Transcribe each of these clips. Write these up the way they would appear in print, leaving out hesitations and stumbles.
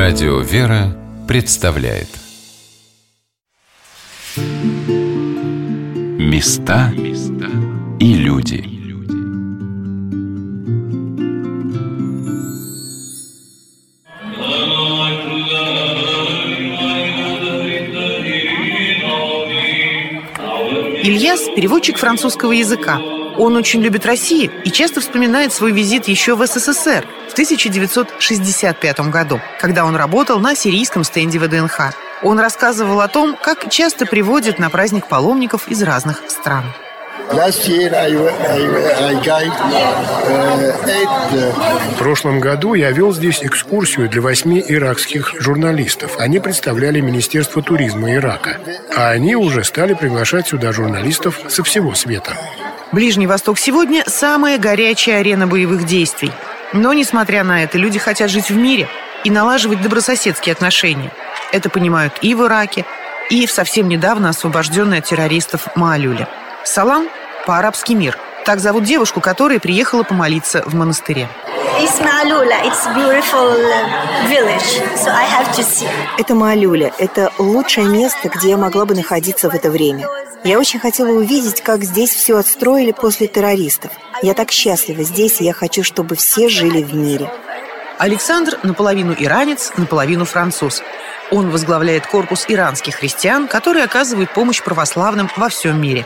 Радио «Вера» представляет Места и люди. Ильяс – переводчик французского языка. Он очень любит Россию и часто вспоминает свой визит еще в СССР в 1965 году, когда он работал на сирийском стенде ВДНХ. Он рассказывал о том, как часто приводят на праздник паломников из разных стран. В прошлом году я вел здесь экскурсию для 8 иракских журналистов. Они представляли Министерство туризма Ирака. А они уже стали приглашать сюда журналистов со всего света. Ближний Восток сегодня – самая горячая арена боевых действий. Но, несмотря на это, люди хотят жить в мире и налаживать добрососедские отношения. Это понимают и в Ираке, и в совсем недавно освобожденной от террористов Маалюле. Салам – по-арабски мир. Так зовут девушку, которая приехала помолиться в монастыре. Это Маалюля. Это лучшее место, где я могла бы находиться в это время. Я очень хотела увидеть, как здесь все отстроили после террористов. Я так счастлива здесь, и я хочу, чтобы все жили в мире. Александр наполовину иранец, наполовину француз. Он возглавляет корпус иранских христиан, которые оказывают помощь православным во всем мире.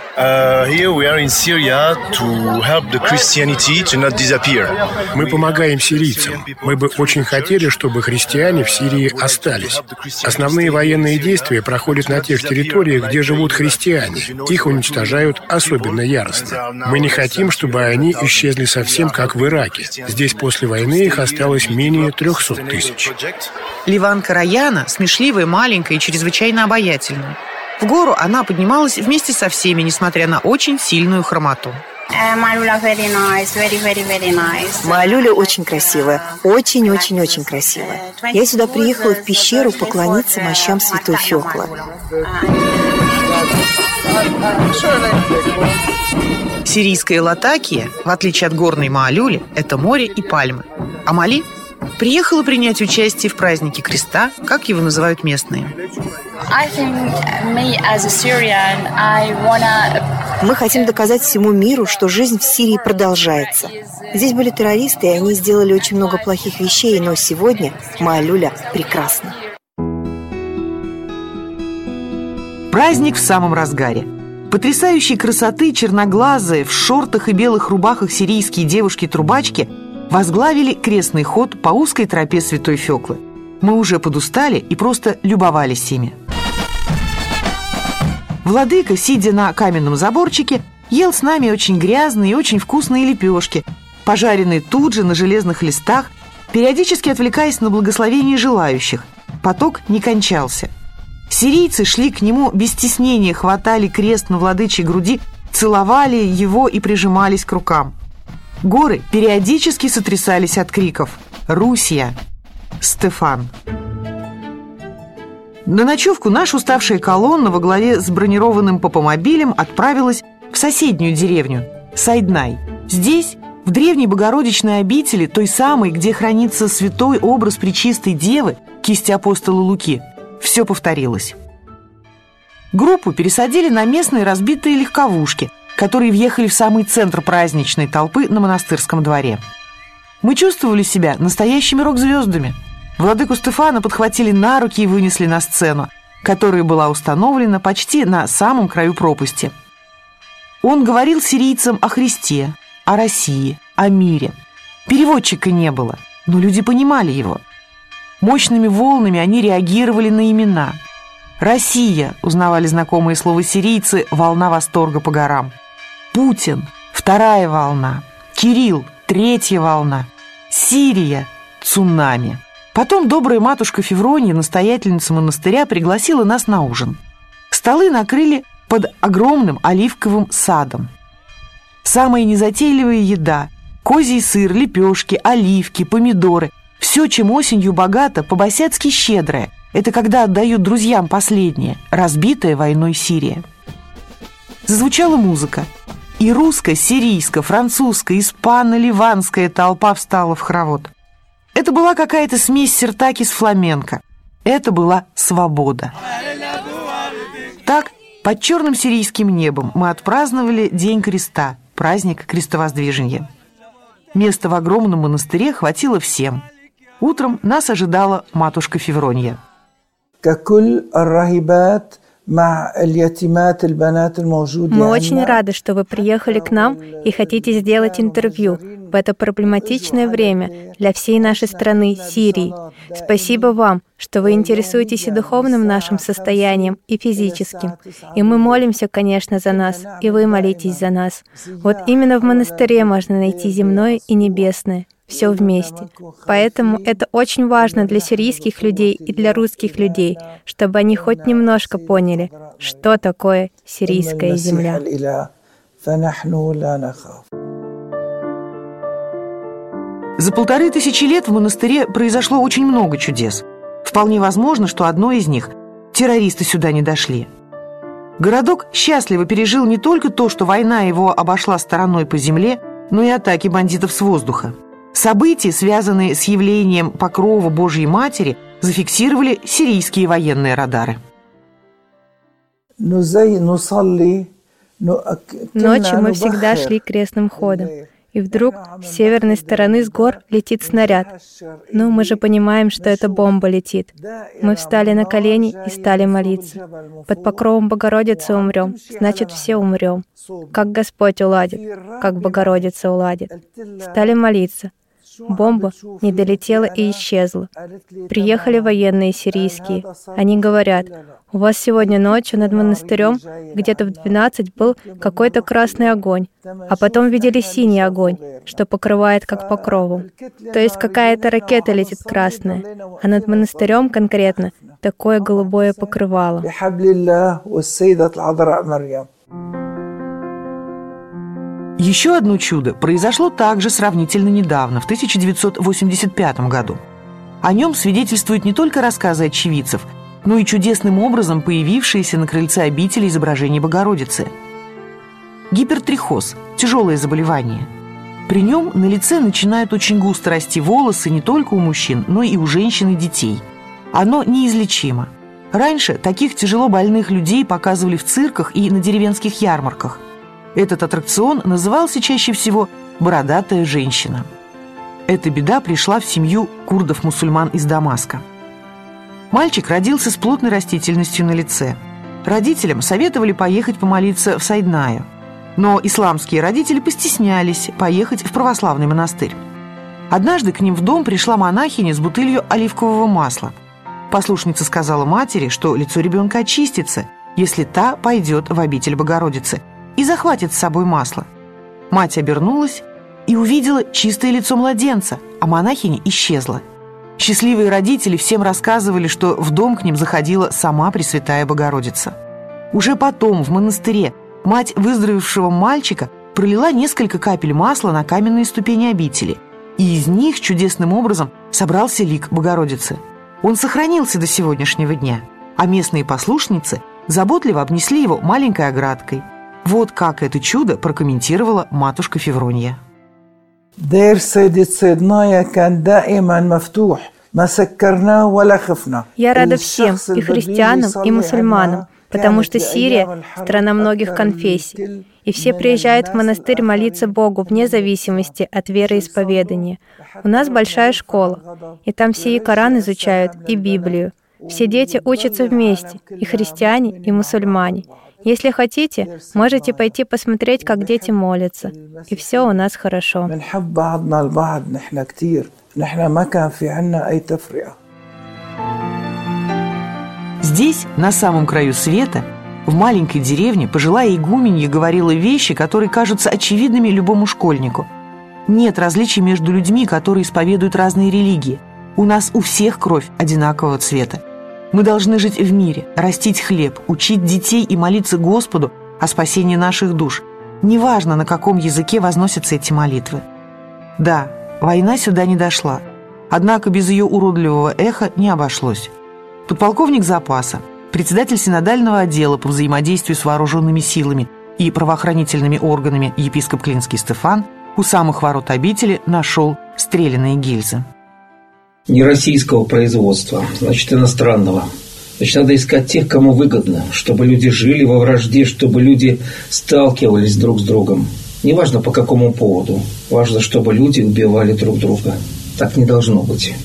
Мы помогаем сирийцам. Мы бы очень хотели, чтобы христиане в Сирии остались. Основные военные действия проходят на тех территориях, где живут христиане. Их уничтожают особенно яростно. Мы не хотим, чтобы они исчезли совсем, как в Ираке. Здесь после войны их осталось менее 300 тысяч. Ливан Караяна смешливая, маленькая и чрезвычайно обаятельная. В гору она поднималась вместе со всеми, несмотря на очень сильную хромоту. Маалюля очень красивая. Очень-очень-очень красивая. Я сюда приехала в пещеру поклониться мощам святой Фёклы. Сирийская Латакия, в отличие от горной Маалюли, это море и пальмы. А Мали приехала принять участие в празднике Креста, как его называют местные. Мы хотим доказать всему миру, что жизнь в Сирии продолжается. Здесь были террористы, и они сделали очень много плохих вещей, но сегодня Маалюля прекрасна. Праздник в самом разгаре. Потрясающей красоты черноглазые в шортах и белых рубахах сирийские девушки-трубачки возглавили крестный ход по узкой тропе святой Фёклы. Мы уже подустали и просто любовались ими. Владыка, сидя на каменном заборчике, ел с нами очень грязные и очень вкусные лепешки, пожаренные тут же на железных листах, периодически отвлекаясь на благословение желающих. Поток не кончался. Сирийцы шли к нему без стеснения, хватали крест на владычьей груди, целовали его и прижимались к рукам. Горы периодически сотрясались от криков «Русия! Стефан!». На ночевку наша уставшая колонна во главе с бронированным попомобилем отправилась в соседнюю деревню – Сайднай. Здесь, в древней Богородичной обители, той самой, где хранится святой образ Пречистой Девы, кисти апостола Луки, все повторилось. Группу пересадили на местные разбитые легковушки, которые въехали в самый центр праздничной толпы на монастырском дворе. Мы чувствовали себя настоящими рок-звездами. Владыку Стефана подхватили на руки и вынесли на сцену, которая была установлена почти на самом краю пропасти. Он говорил сирийцам о Христе, о России, о мире. Переводчика не было, но люди понимали его. Мощными волнами они реагировали на имена. «Россия» — узнавали знакомые слова сирийцы, волна восторга по горам. «Путин» — вторая волна. «Кирилл» — третья волна. «Сирия» — цунами. Потом добрая матушка Феврония, настоятельница монастыря, пригласила нас на ужин. Столы накрыли под огромным оливковым садом. Самая незатейливая еда – козий сыр, лепешки, оливки, помидоры – все, чем осенью богато, по-босяцки щедрое. Это когда отдают друзьям последнее, разбитая войной Сирия. Зазвучала музыка. И русская, сирийская, французская, испано-ливанская толпа встала в хоровод. Это была какая-то смесь сиртаки с фламенко. Это была свобода. Так, под черным сирийским небом мы отпраздновали День Креста, праздник крестовоздвижения. Места в огромном монастыре хватило всем. Утром нас ожидала матушка Февронья. Мы очень рады, что вы приехали к нам и хотите сделать интервью в это проблематичное время для всей нашей страны, Сирии. Спасибо вам, что вы интересуетесь и духовным нашим состоянием, и физическим. И мы молимся, конечно, за нас, и вы молитесь за нас. Вот именно в монастыре можно найти земное и небесное. Все вместе. Поэтому это очень важно для сирийских людей и для русских людей, чтобы они хоть немножко поняли, что такое сирийская земля. За 1500 лет в монастыре произошло очень много чудес. Вполне возможно, что одно из них – террористы сюда не дошли. Городок счастливо пережил не только то, что война его обошла стороной по земле, но и атаки бандитов с воздуха. События, связанные с явлением покрова Божьей Матери, зафиксировали сирийские военные радары. Ночью мы всегда шли крестным ходом. И вдруг с северной стороны с гор летит снаряд. Ну, мы же понимаем, что это бомба летит. Мы встали на колени и стали молиться. Под покровом Богородицы умрем, значит, все умрем. Как Господь уладит, как Богородица уладит. Стали молиться. Бомба не долетела и исчезла. Приехали военные сирийские. Они говорят: у вас сегодня ночью над монастырем где-то в 12 был какой-то красный огонь, а потом видели синий огонь, что покрывает как покровом. То есть какая-то ракета летит красная, а над монастырем конкретно такое голубое покрывало. Еще одно чудо произошло также сравнительно недавно, в 1985 году. О нем свидетельствуют не только рассказы очевидцев, но и чудесным образом появившиеся на крыльце обители изображения Богородицы. Гипертрихоз – тяжелое заболевание. При нем на лице начинают очень густо расти волосы не только у мужчин, но и у женщин и детей. Оно неизлечимо. Раньше таких тяжело больных людей показывали в цирках и на деревенских ярмарках. Этот аттракцион назывался чаще всего «бородатая женщина». Эта беда пришла в семью курдов-мусульман из Дамаска. Мальчик родился с плотной растительностью на лице. Родителям советовали поехать помолиться в Сайднаю, но исламские родители постеснялись поехать в православный монастырь. Однажды к ним в дом пришла монахиня с бутылью оливкового масла. Послушница сказала матери, что лицо ребенка очистится, если та пойдет в обитель Богородицы и захватит с собой масло. Мать обернулась и увидела чистое лицо младенца, а монахиня исчезла. Счастливые родители всем рассказывали, что в дом к ним заходила сама Пресвятая Богородица. Уже потом в монастыре мать выздоровевшего мальчика пролила несколько капель масла на каменные ступени обители, и из них чудесным образом собрался лик Богородицы. Он сохранился до сегодняшнего дня, а местные послушницы заботливо обнесли его маленькой оградкой. Вот как это чудо прокомментировала матушка Февронья. Я рада всем, и христианам, и мусульманам, потому что Сирия – страна многих конфессий, и все приезжают в монастырь молиться Богу вне зависимости от вероисповедания. У нас большая школа, и там все и Коран изучают, и Библию. Все дети учатся вместе, и христиане, и мусульмане. Если хотите, можете пойти посмотреть, как дети молятся. И все у нас хорошо. Здесь, на самом краю света, в маленькой деревне, пожилая игуменья говорила вещи, которые кажутся очевидными любому школьнику. Нет различий между людьми, которые исповедуют разные религии. У нас у всех кровь одинакового цвета. Мы должны жить в мире, растить хлеб, учить детей и молиться Господу о спасении наших душ. Неважно, на каком языке возносятся эти молитвы. Да, война сюда не дошла. Однако без ее уродливого эха не обошлось. Подполковник запаса, председатель синодального отдела по взаимодействию с вооруженными силами и правоохранительными органами епископ Клинский Стефан у самых ворот обители нашел стрелянные гильзы. не российского производства, значит, иностранного. Значит, надо искать тех, кому выгодно, чтобы люди жили во вражде, чтобы люди сталкивались друг с другом. Неважно, по какому поводу. Важно, чтобы люди убивали друг друга. Так не должно быть.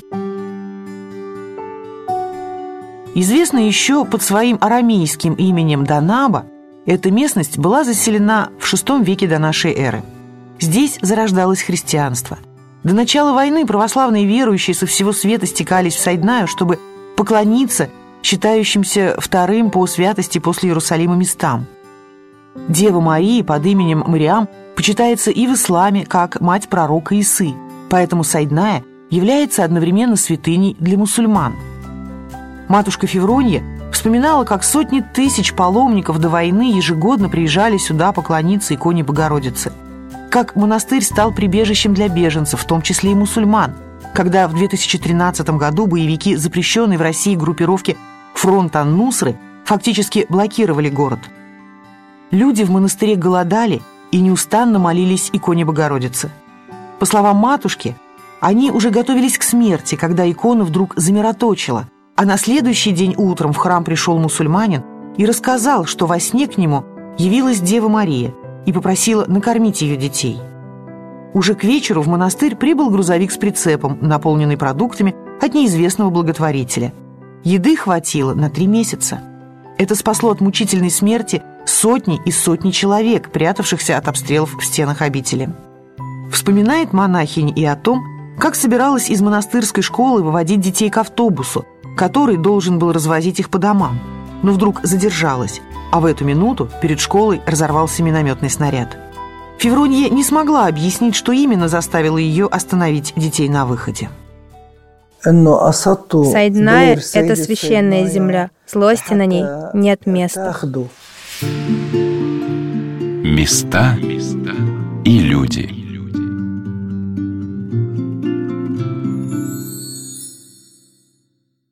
Известна еще под своим арамейским именем Данаба, эта местность была заселена в VI веке до нашей эры. Здесь зарождалось христианство. До начала войны православные верующие со всего света стекались в Сайднаю, чтобы поклониться считающимся вторым по святости после Иерусалима местам. Дева Мария под именем Мариам почитается и в исламе как мать пророка Исы, поэтому Сайдная является одновременно святыней для мусульман. Матушка Февронья вспоминала, как сотни тысяч паломников до войны ежегодно приезжали сюда поклониться иконе Богородицы, как монастырь стал прибежищем для беженцев, в том числе и мусульман, когда в 2013 году боевики запрещенной в России группировки «Фронт ан-Нусры» фактически блокировали город. Люди в монастыре голодали и неустанно молились иконе Богородицы. По словам матушки, они уже готовились к смерти, когда икона вдруг замироточила, а на следующий день утром в храм пришел мусульманин и рассказал, что во сне к нему явилась Дева Мария и попросила накормить ее детей. Уже к вечеру в монастырь прибыл грузовик с прицепом, наполненный продуктами от неизвестного благотворителя. Еды хватило на 3 месяца. Это спасло от мучительной смерти сотни и сотни человек, прятавшихся от обстрелов в стенах обители. Вспоминает монахиня и о том, как собиралась из монастырской школы выводить детей к автобусу, который должен был развозить их по домам, но вдруг задержалась, а в эту минуту перед школой разорвался минометный снаряд. Февронья не смогла объяснить, что именно заставило ее остановить детей на выходе. Сайдная – это священная земля. Злости на ней нет места. Места и люди.